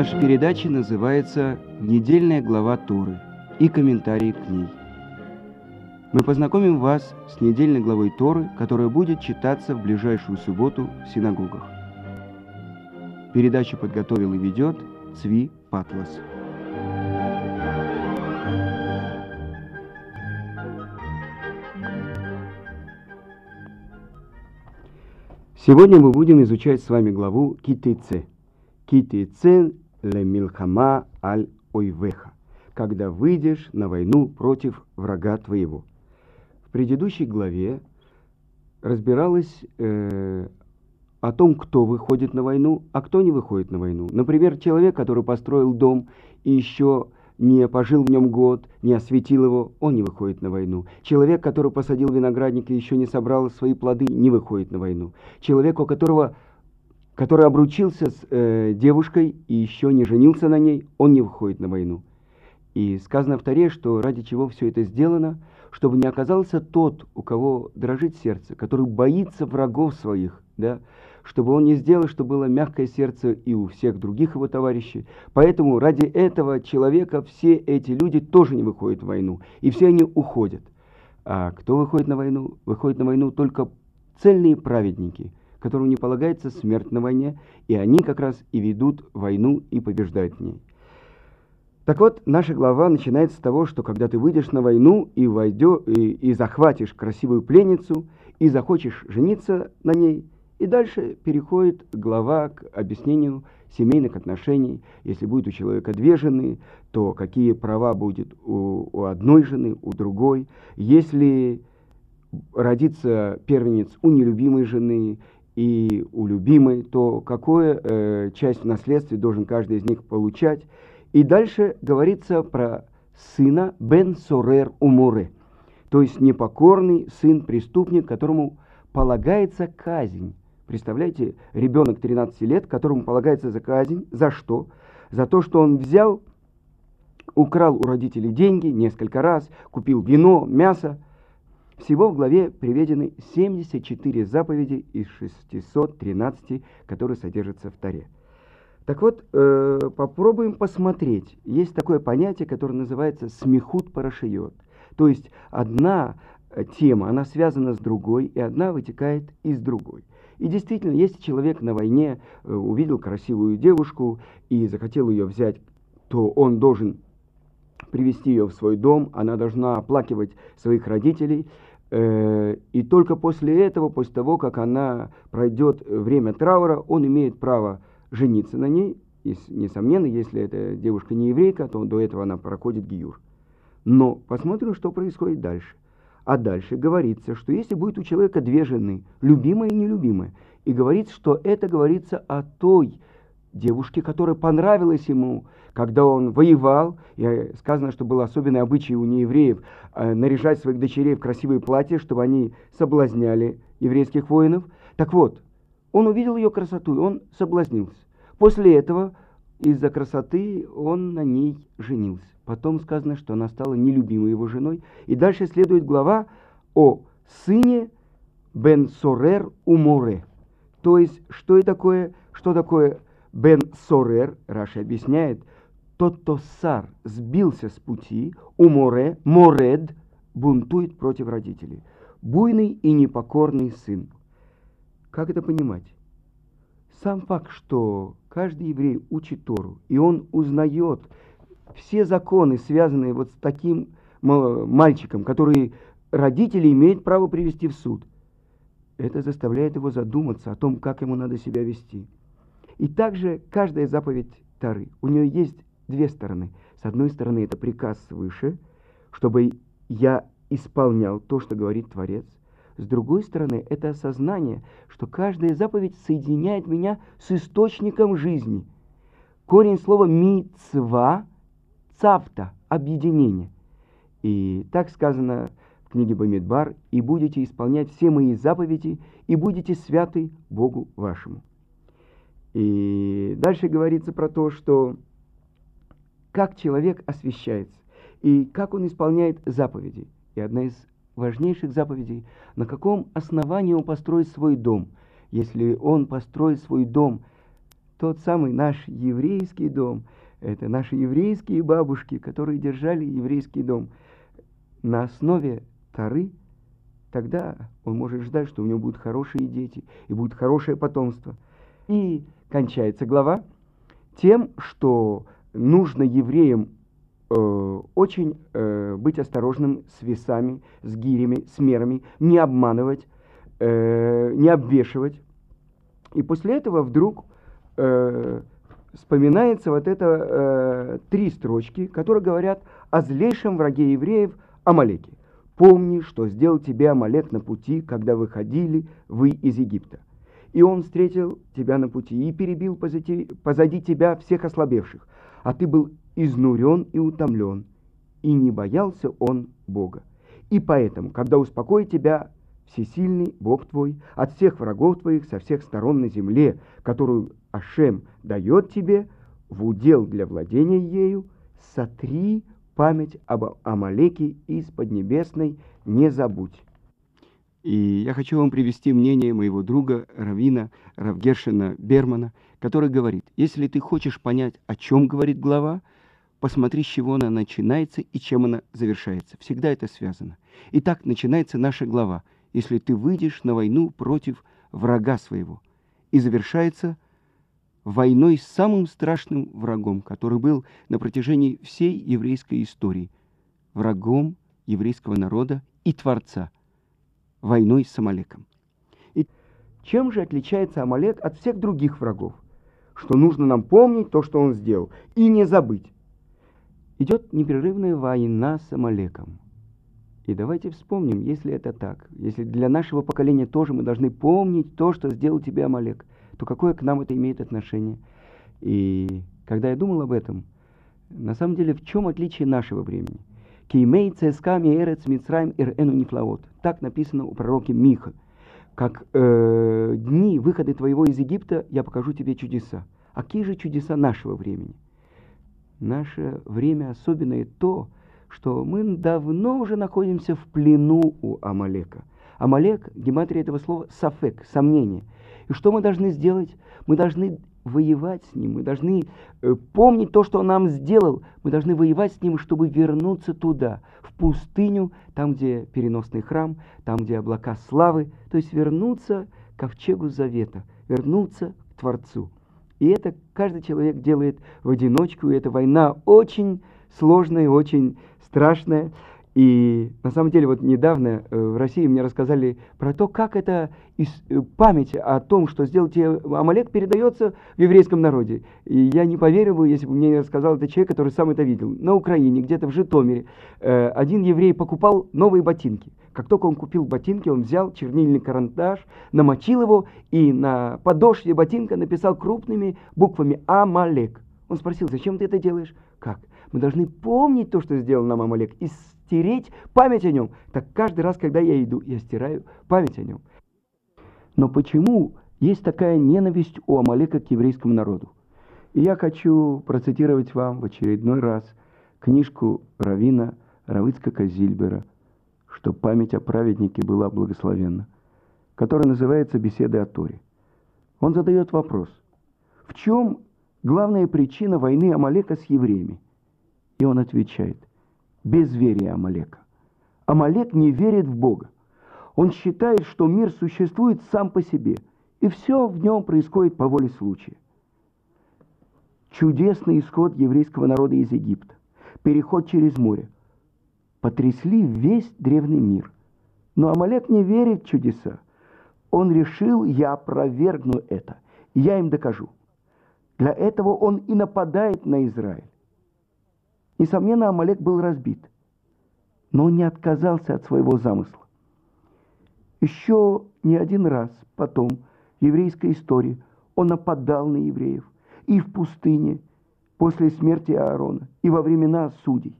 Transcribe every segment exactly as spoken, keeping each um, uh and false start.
Наша передача называется «Недельная глава Торы» и комментарии к ней. Мы познакомим вас с недельной главой Торы, которая будет читаться в ближайшую субботу в синагогах. Передачу подготовил и ведет Цви Патлас. Сегодня мы будем изучать с вами главу Ки-Тейце. Ки-Тейце ле милхама аль ойвеха. Когда выйдешь на войну против врага твоего. В предыдущей главе разбиралось э, о том, кто выходит на войну, а кто не выходит на войну. Например, человек, который построил дом и еще не пожил в нем год, не осветил его, он не выходит на войну. Человек, который посадил виноградник и еще не собрал свои плоды, не выходит на войну. Человек, у которого, который обручился с э, девушкой и еще не женился на ней, он не выходит на войну. И сказано в Торе, что ради чего все это сделано, чтобы не оказался тот, у кого дрожит сердце, который боится врагов своих, да, чтобы он не сделал, чтобы было мягкое сердце и у всех других его товарищей. Поэтому ради этого человека все эти люди тоже не выходят в войну, и все они уходят. А кто выходит на войну? Выходят на войну только цельные праведники, которым не полагается смерть на войне, и они как раз и ведут войну и побеждают в ней. Так вот, наша глава начинается с того, что когда ты выйдешь на войну и, войдешь, и, и захватишь красивую пленницу, и захочешь жениться на ней, и дальше переходит глава к объяснению семейных отношений. Если будет у человека две жены, то какие права будет у, у одной жены, у другой. Если родится первенец у нелюбимой жены и у любимой, то какую э, часть в наследстве должен каждый из них получать. И дальше говорится про сына бен сорер уморе, то есть непокорный сын преступник, которому полагается казнь. Представляете, ребенок тринадцати лет, которому полагается за казнь. За что? За то, что он взял, украл у родителей деньги несколько раз, купил вино, мясо. Всего в главе приведены семьдесят четыре заповеди из шестисот тринадцати, которые содержатся в Торе. Так вот, э, попробуем посмотреть. Есть такое понятие, которое называется смехут парашиот. То есть одна тема, она связана с другой, и одна вытекает из другой. И действительно, если человек на войне э, увидел красивую девушку и захотел ее взять, то он должен привести ее в свой дом, она должна оплакивать своих родителей, э, и только после этого, после того, как она пройдет время траура, он имеет право жениться на ней. И, несомненно, если эта девушка не еврейка, то до этого она проходит гиюр. Но посмотрим, что происходит дальше. А дальше говорится, что если будет у человека две жены, любимая и нелюбимая, и говорится, что это говорится о той девушке, которая понравилась ему, когда он воевал, и сказано, что был особенный обычай у неевреев э, наряжать своих дочерей в красивые платья, чтобы они соблазняли еврейских воинов. Так вот, он увидел ее красоту, и он соблазнился. После этого из-за красоты он на ней женился. Потом сказано, что она стала нелюбимой его женой. И дальше следует глава о сыне бен сорер уморе. То есть, что это такое, что такое бен сорер, Раши объясняет, тот, кто сар, сбился с пути, уморе, моред, бунтует против родителей. Буйный и непокорный сын. Как это понимать? Сам факт, что каждый еврей учит Тору, и он узнает все законы, связанные вот с таким мальчиком, который родители имеют право привести в суд, это заставляет его задуматься о том, как ему надо себя вести. И также каждая заповедь Торы, у нее есть две стороны. С одной стороны, это приказ свыше, чтобы я исполнял то, что говорит Творец. С другой стороны, это осознание, что каждая заповедь соединяет меня с источником жизни. Корень слова «мицва» — «цавта» — объединение. И так сказано в книге Бамидбар: «И будете исполнять все мои заповеди, и будете святы Богу вашему». И дальше говорится про то, что как человек освящается, и как он исполняет заповеди. И одна из важнейших заповедей: на каком основании он построит свой дом. Если он построит свой дом тот самый наш еврейский дом, это наши еврейские бабушки, которые держали еврейский дом на основе Торы, тогда он может ждать, что у него будут хорошие дети и будет хорошее потомство. И кончается глава тем, что нужно евреям э, очень э, быть осторожным с весами, с гирями, с мерами, не обманывать, э, не обвешивать. И после этого вдруг э, вспоминается вот это э, три строчки, которые говорят о злейшем враге евреев Амалеке. «Помни, что сделал тебе Амалек на пути, когда выходили вы из Египта. И он встретил тебя на пути и перебил позади, позади тебя всех ослабевших, а ты был изнурен и утомлен, и не боялся он Бога. И поэтому, когда успокоит тебя всесильный Бог твой от всех врагов твоих со всех сторон на земле, которую Ашем дает тебе в удел для владения ею, сотри память об Амалеке из Поднебесной, не забудь». И я хочу вам привести мнение моего друга, раввина Рав Гершена Бермана, который говорит: если ты хочешь понять, о чем говорит глава, посмотри, с чего она начинается и чем она завершается. Всегда это связано. Итак, начинается наша глава: если ты выйдешь на войну против врага своего. И завершается войной с самым страшным врагом, который был на протяжении всей еврейской истории, врагом еврейского народа и Творца, войной с Амалеком. И чем же отличается Амалек от всех других врагов? Что нужно нам помнить то, что он сделал, и не забыть. Идет непрерывная война с Амалеком. И давайте вспомним, если это так, если для нашего поколения тоже мы должны помнить то, что сделал тебе Амалек, то какое к нам это имеет отношение? И когда я думал об этом, на самом деле, в чем отличие нашего времени? «Кеймей цесками эрец мицраим эр эну нифлаот». Так написано у пророка Миха. Как э, дни выхода твоего из Египта я покажу тебе чудеса. А какие же чудеса нашего времени? Наше время особенное то, что мы давно уже находимся в плену у Амалека. Амалек, гематрия этого слова, сафек, сомнение. И что мы должны сделать? Мы должны воевать с ним, мы должны э, помнить то, что он нам сделал, мы должны воевать с ним, чтобы вернуться туда, в пустыню, там, где переносный храм, там, где облака славы, то есть вернуться к ковчегу завета, вернуться к Творцу. И это каждый человек делает в одиночку, и эта война очень сложная, очень страшная. И на самом деле вот недавно э, в России мне рассказали про то, как эта из, э, память о том, что сделал тебе Амалек, передается в еврейском народе. И я не поверил бы, если бы мне не рассказал этот человек, который сам это видел. На Украине, где-то в Житомире, э, один еврей покупал новые ботинки. Как только он купил ботинки, он взял чернильный карандаш, намочил его и на подошве ботинка написал крупными буквами «Амалек». Он спросил: зачем ты это делаешь? Как? Мы должны помнить то, что сделал нам Амалек, и стереть память о нем. Так каждый раз, когда я иду, я стираю память о нем. Но почему есть такая ненависть у Амалека к еврейскому народу? И я хочу процитировать вам в очередной раз книжку раввина Рава Ицхака Зильбера, что память о праведнике была благословенна, которая называется «Беседы о Торе». Он задает вопрос: в чем главная причина войны Амалека с евреями? И он отвечает: безверие Амалека. Амалек не верит в Бога. Он считает, что мир существует сам по себе, и все в нем происходит по воле случая. Чудесный исход еврейского народа из Египта, переход через море, потрясли весь древний мир. Но Амалек не верит в чудеса. Он решил: я опровергну это, я им докажу. Для этого он и нападает на Израиль. Несомненно, Амалек был разбит, но он не отказался от своего замысла. Еще не один раз потом в еврейской истории он нападал на евреев и в пустыне после смерти Аарона, и во времена судей.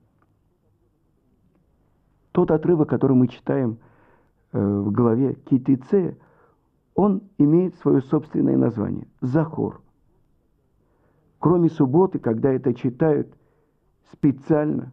Тот отрывок, который мы читаем э, в главе Ки-Тей-Це, он имеет свое собственное название – Захор. Кроме субботы, когда это читают специально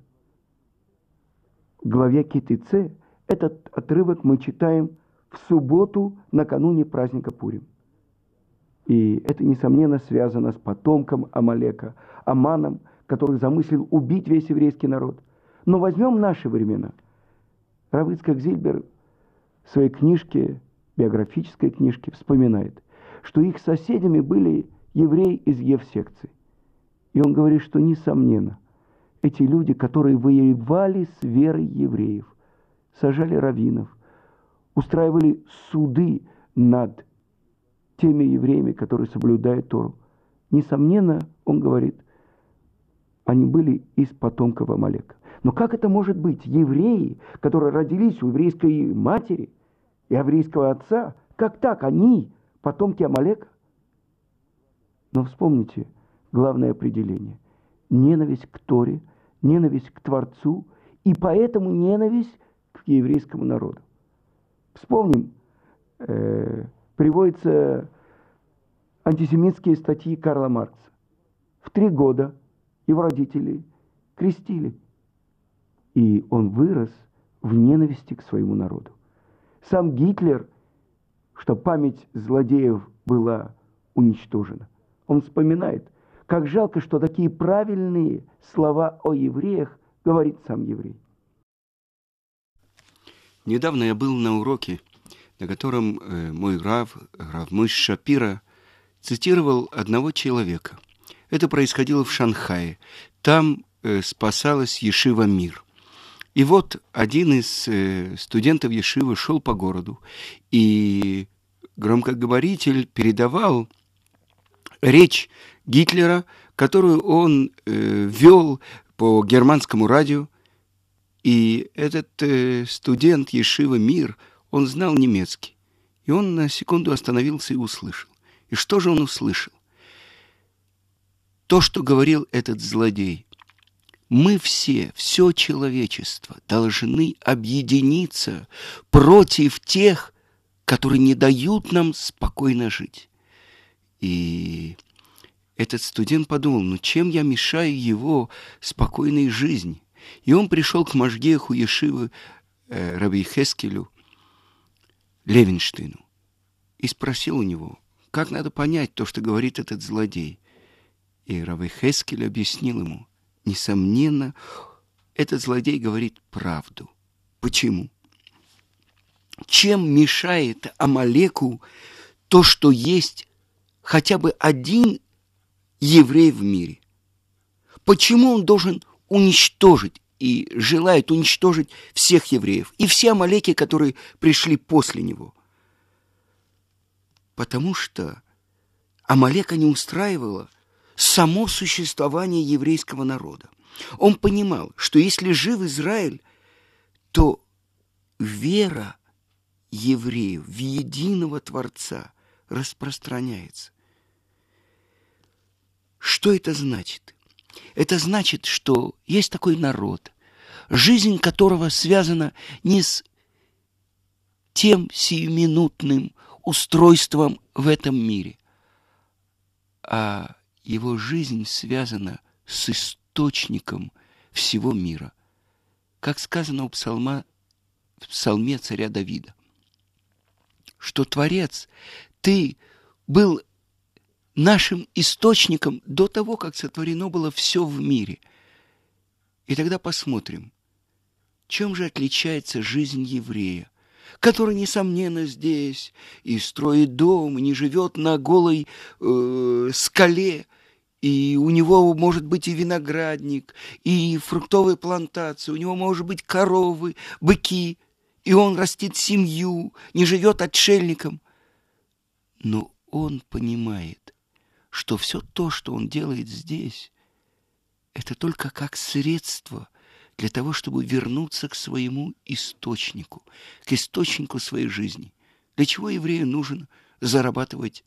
в главе Ки-Тей-Це, этот отрывок мы читаем в субботу накануне праздника Пурим. И это, несомненно, связано с потомком Амалека, Аманом, который замыслил убить весь еврейский народ. Но возьмем наши времена. Рав Ицхак Зильбер в своей книжке, биографической книжке, вспоминает, что их соседями были евреи из Евсекции. И он говорит, что, несомненно, эти люди, которые воевали с верой евреев, сажали раввинов, устраивали суды над теми евреями, которые соблюдают Тору. Несомненно, он говорит, они были из потомков Амалека. Но как это может быть? Евреи, которые родились у еврейской матери и еврейского отца, как так? Они потомки Амалека? Но вспомните главное определение. Ненависть к Торе, ненависть к Творцу, и поэтому ненависть к еврейскому народу. Вспомним, э, приводятся антисемитские статьи Карла Маркса. В три года его родители крестили, и он вырос в ненависти к своему народу. Сам Гитлер, что память злодеев была уничтожена, он вспоминает, как жалко, что такие правильные слова о евреях говорит сам еврей. Недавно я был на уроке, на котором э, мой рав, рав Мойш Шапира, цитировал одного человека. Это происходило в Шанхае. Там э, спасалась Ешива Мир. И вот один из э, студентов Ешивы шел по городу, и громкоговоритель передавал речь Гитлера, которую он э, вел по германскому радио. И этот э, студент Ешивы Мир, он знал немецкий. И он на секунду остановился и услышал. И что же он услышал? То, что говорил этот злодей. Мы все, все человечество, должны объединиться против тех, которые не дают нам спокойно жить. И этот студент подумал, ну чем я мешаю его спокойной жизни? И он пришел к Машгиаху Ешивы э, Раби Хескелю Левинштейну и спросил у него, как надо понять то, что говорит этот злодей. И Раби Хескель объяснил ему, несомненно, этот злодей говорит правду. Почему? Чем мешает Амалеку то, что есть хотя бы один еврей в мире? Почему он должен уничтожить и желает уничтожить всех евреев и все амалеки, которые пришли после него? Потому что Амалека не устраивало само существование еврейского народа. Он понимал, что если жив Израиль, то вера евреев в единого Творца распространяется. Что это значит? Это значит, что есть такой народ, жизнь которого связана не с тем сиюминутным устройством в этом мире, а его жизнь связана с источником всего мира, как сказано у псалма, в псалме царя Давида, что Творец, ты был нашим источником до того, как сотворено было все в мире. И тогда посмотрим, чем же отличается жизнь еврея, который, несомненно, здесь и строит дом, и не живет на голой э, скале, и у него может быть и виноградник, и фруктовые плантации, у него может быть коровы, быки, и он растит семью, не живет отшельником. Но он понимает, что все то, что он делает здесь, это только как средство для того, чтобы вернуться к своему источнику, к источнику своей жизни. Для чего еврею нужно зарабатывать,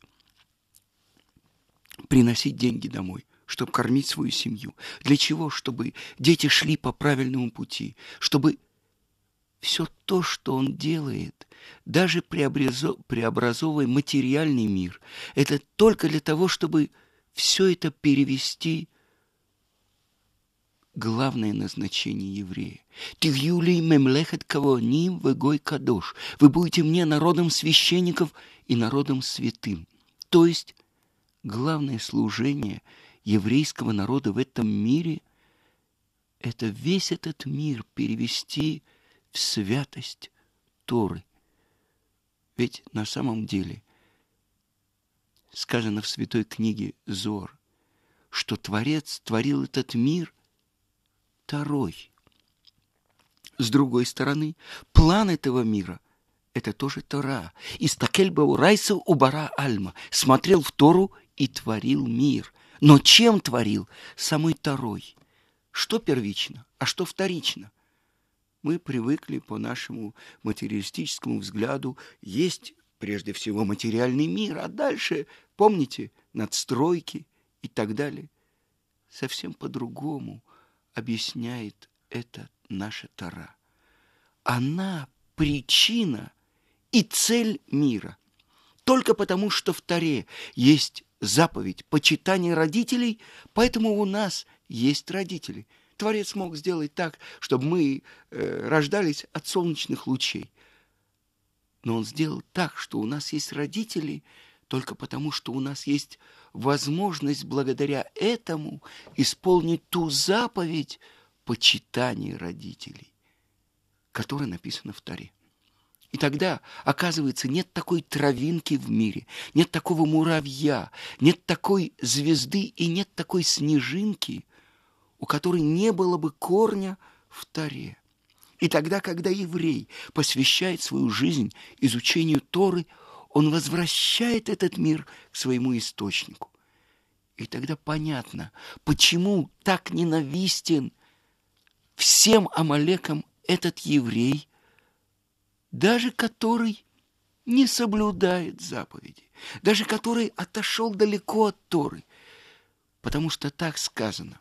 приносить деньги домой, чтобы кормить свою семью? Для чего? Чтобы дети шли по правильному пути, чтобы все то, что он делает, даже преобразовывая материальный мир, это только для того, чтобы все это перевести главное назначение еврея. «Тивью ли мемлехет кавоаним вегой кадош». Вы будете мне народом священников и народом святым. То есть главное служение еврейского народа в этом мире – это весь этот мир перевести в святость Торы. Ведь на самом деле сказано в святой книге Зоар, что Творец творил этот мир Торой. С другой стороны, план этого мира – это тоже Тора. «Истакель баурайсу убара альма» – смотрел в Тору и творил мир. Но чем творил? Самой Торой. Что первично, а что вторично? Мы привыкли по нашему материалистическому взгляду есть прежде всего материальный мир, а дальше, помните, надстройки и так далее. Совсем по-другому объясняет это наша Тора. Она причина и цель мира. Только потому, что в Торе есть заповедь почитания родителей, поэтому у нас есть родители. Творец мог сделать так, чтобы мы э, рождались от солнечных лучей. Но он сделал так, что у нас есть родители, только потому, что у нас есть возможность благодаря этому исполнить ту заповедь почитания родителей, которая написана в Торе. И тогда, оказывается, нет такой травинки в мире, нет такого муравья, нет такой звезды и нет такой снежинки, у которой не было бы корня в Торе. И тогда, когда еврей посвящает свою жизнь изучению Торы, он возвращает этот мир к своему источнику. И тогда понятно, почему так ненавистен всем амалекам этот еврей, даже который не соблюдает заповеди, даже который отошел далеко от Торы, потому что так сказано.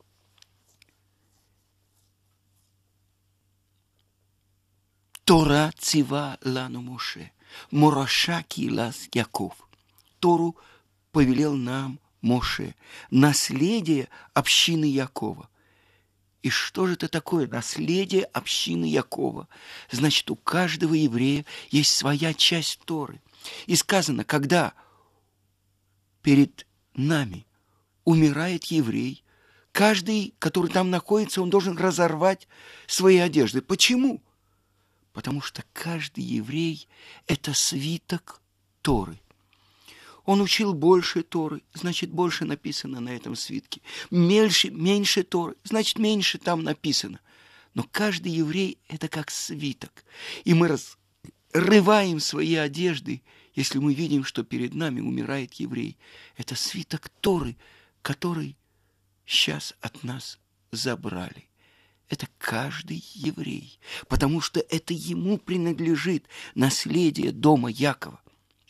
Тора цива лану Моше, мороша килас Яков. Тору повелел нам Моше, наследие общины Якова. И что же это такое наследие общины Якова? Значит, у каждого еврея есть своя часть Торы. И сказано, когда перед нами умирает еврей, каждый, который там находится, он должен разорвать свои одежды. Почему? Потому что каждый еврей – это свиток Торы. Он учил больше Торы, значит, больше написано на этом свитке. Меньше, меньше Торы, значит, меньше там написано. Но каждый еврей – это как свиток. И мы разрываем свои одежды, если мы видим, что перед нами умирает еврей. Это свиток Торы, который сейчас от нас забрали. Это каждый еврей, потому что это ему принадлежит наследие дома Якова.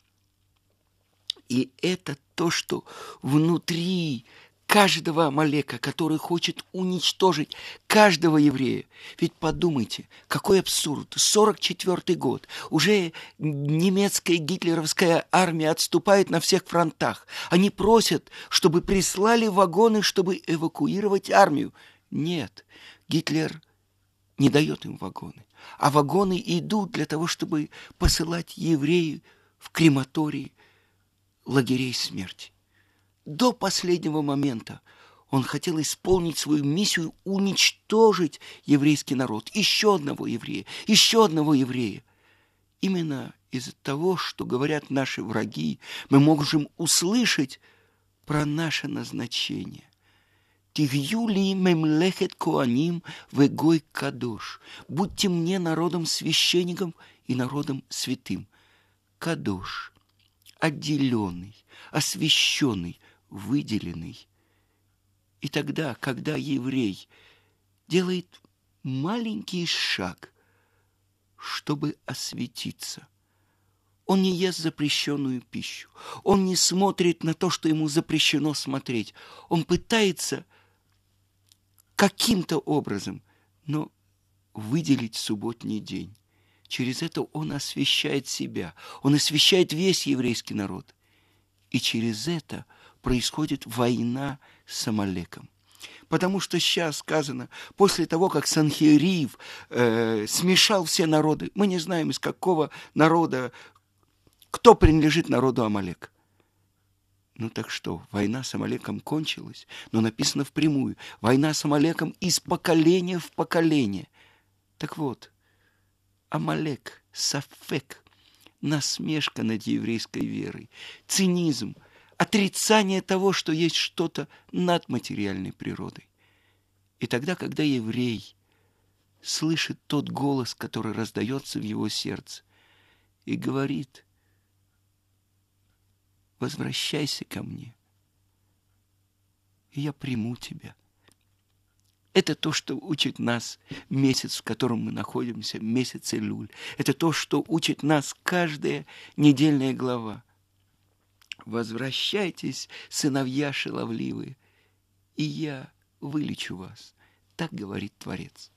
И это то, что внутри каждого амалека, который хочет уничтожить каждого еврея. Ведь подумайте, какой абсурд. сорок четвёртый год. Уже немецкая гитлеровская армия отступает на всех фронтах. Они просят, чтобы прислали вагоны, чтобы эвакуировать армию. Нет, Гитлер не дает им вагоны. А вагоны идут для того, чтобы посылать евреев в крематории лагерей смерти. До последнего момента он хотел исполнить свою миссию, уничтожить еврейский народ. Еще одного еврея, еще одного еврея. Именно из-за того, что говорят наши враги, мы можем услышать про наше назначение. «Тихью ли мемлехет коаним вегой кадош». «Будьте мне народом священником и народом святым». Кадош. Отделенный, освященный, выделенный. И тогда, когда еврей делает маленький шаг, чтобы осветиться, он не ест запрещенную пищу, он не смотрит на то, что ему запрещено смотреть, он пытается каким-то образом, но выделить субботний день. Через это он освящает себя, он освящает весь еврейский народ. И через это происходит война с Амалеком. Потому что сейчас сказано, после того, как Санхерив э, смешал все народы, мы не знаем, из какого народа, кто принадлежит народу Амалек. Ну так что, война с Амалеком кончилась, но написано впрямую: война с Амалеком из поколения в поколение. Так вот, Амалек, сафек, насмешка над еврейской верой, цинизм, отрицание того, что есть что-то над материальной природой. И тогда, когда еврей слышит тот голос, который раздается в его сердце, и говорит: возвращайся ко мне, и я приму тебя. Это то, что учит нас месяц, в котором мы находимся, месяц Элюль. Это то, что учит нас каждая недельная глава. Возвращайтесь, сыновья шаловливые, и я вылечу вас. Так говорит Творец.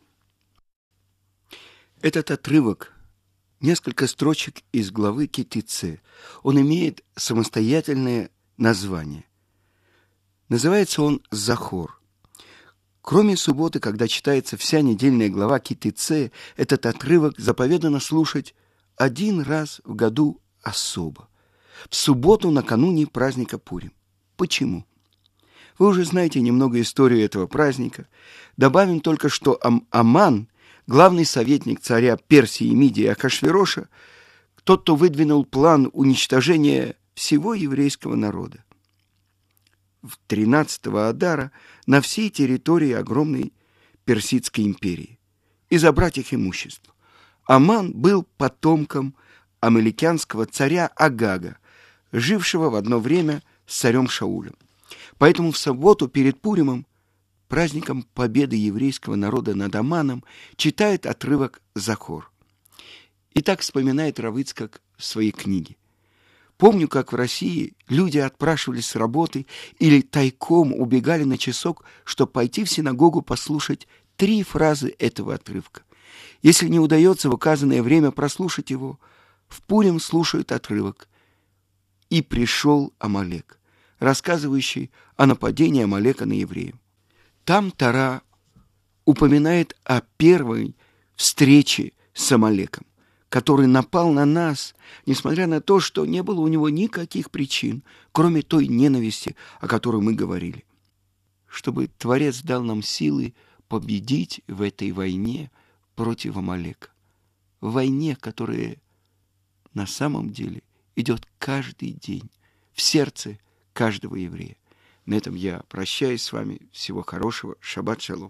Этот отрывок, несколько строчек из главы Ки-Тей-Це, он имеет самостоятельное название. Называется он «Захор». Кроме субботы, когда читается вся недельная глава Ки-Тей-Це, этот отрывок заповедано слушать один раз в году особо. В субботу накануне праздника Пурим. Почему? Вы уже знаете немного историю этого праздника. Добавим только, что Ам- Аман, главный советник царя Персии, Мидии и Ахашвероша, тот, кто выдвинул план уничтожения всего еврейского народа. В тринадцатого Адара на всей территории огромной Персидской империи и забрать их имущество. Аман был потомком амаликянского царя Агага, жившего в одно время с царем Шаулем. Поэтому в субботу перед Пуримом, праздником победы еврейского народа над Аманом, читает отрывок Захор. И так вспоминает Рав Ицхак в своей книге. Помню, как в России люди отпрашивались с работы или тайком убегали на часок, чтобы пойти в синагогу послушать три фразы этого отрывка. Если не удается в указанное время прослушать его, в Пурим слушают отрывок «И пришел Амалек», рассказывающий о нападении Амалека на евреев. Там Тора упоминает о первой встрече с Амалеком, который напал на нас, несмотря на то, что не было у него никаких причин, кроме той ненависти, о которой мы говорили. Чтобы Творец дал нам силы победить в этой войне против Амалека. В войне, которая на самом деле идет каждый день в сердце каждого еврея. На этом я прощаюсь с вами. Всего хорошего. Шаббат шалом.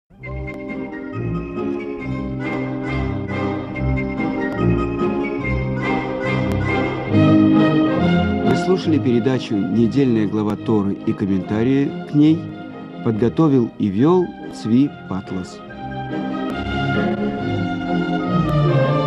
Вы слушали передачу «Недельная глава Торы» и комментарии к ней. Подготовил и вел Цви Патлас.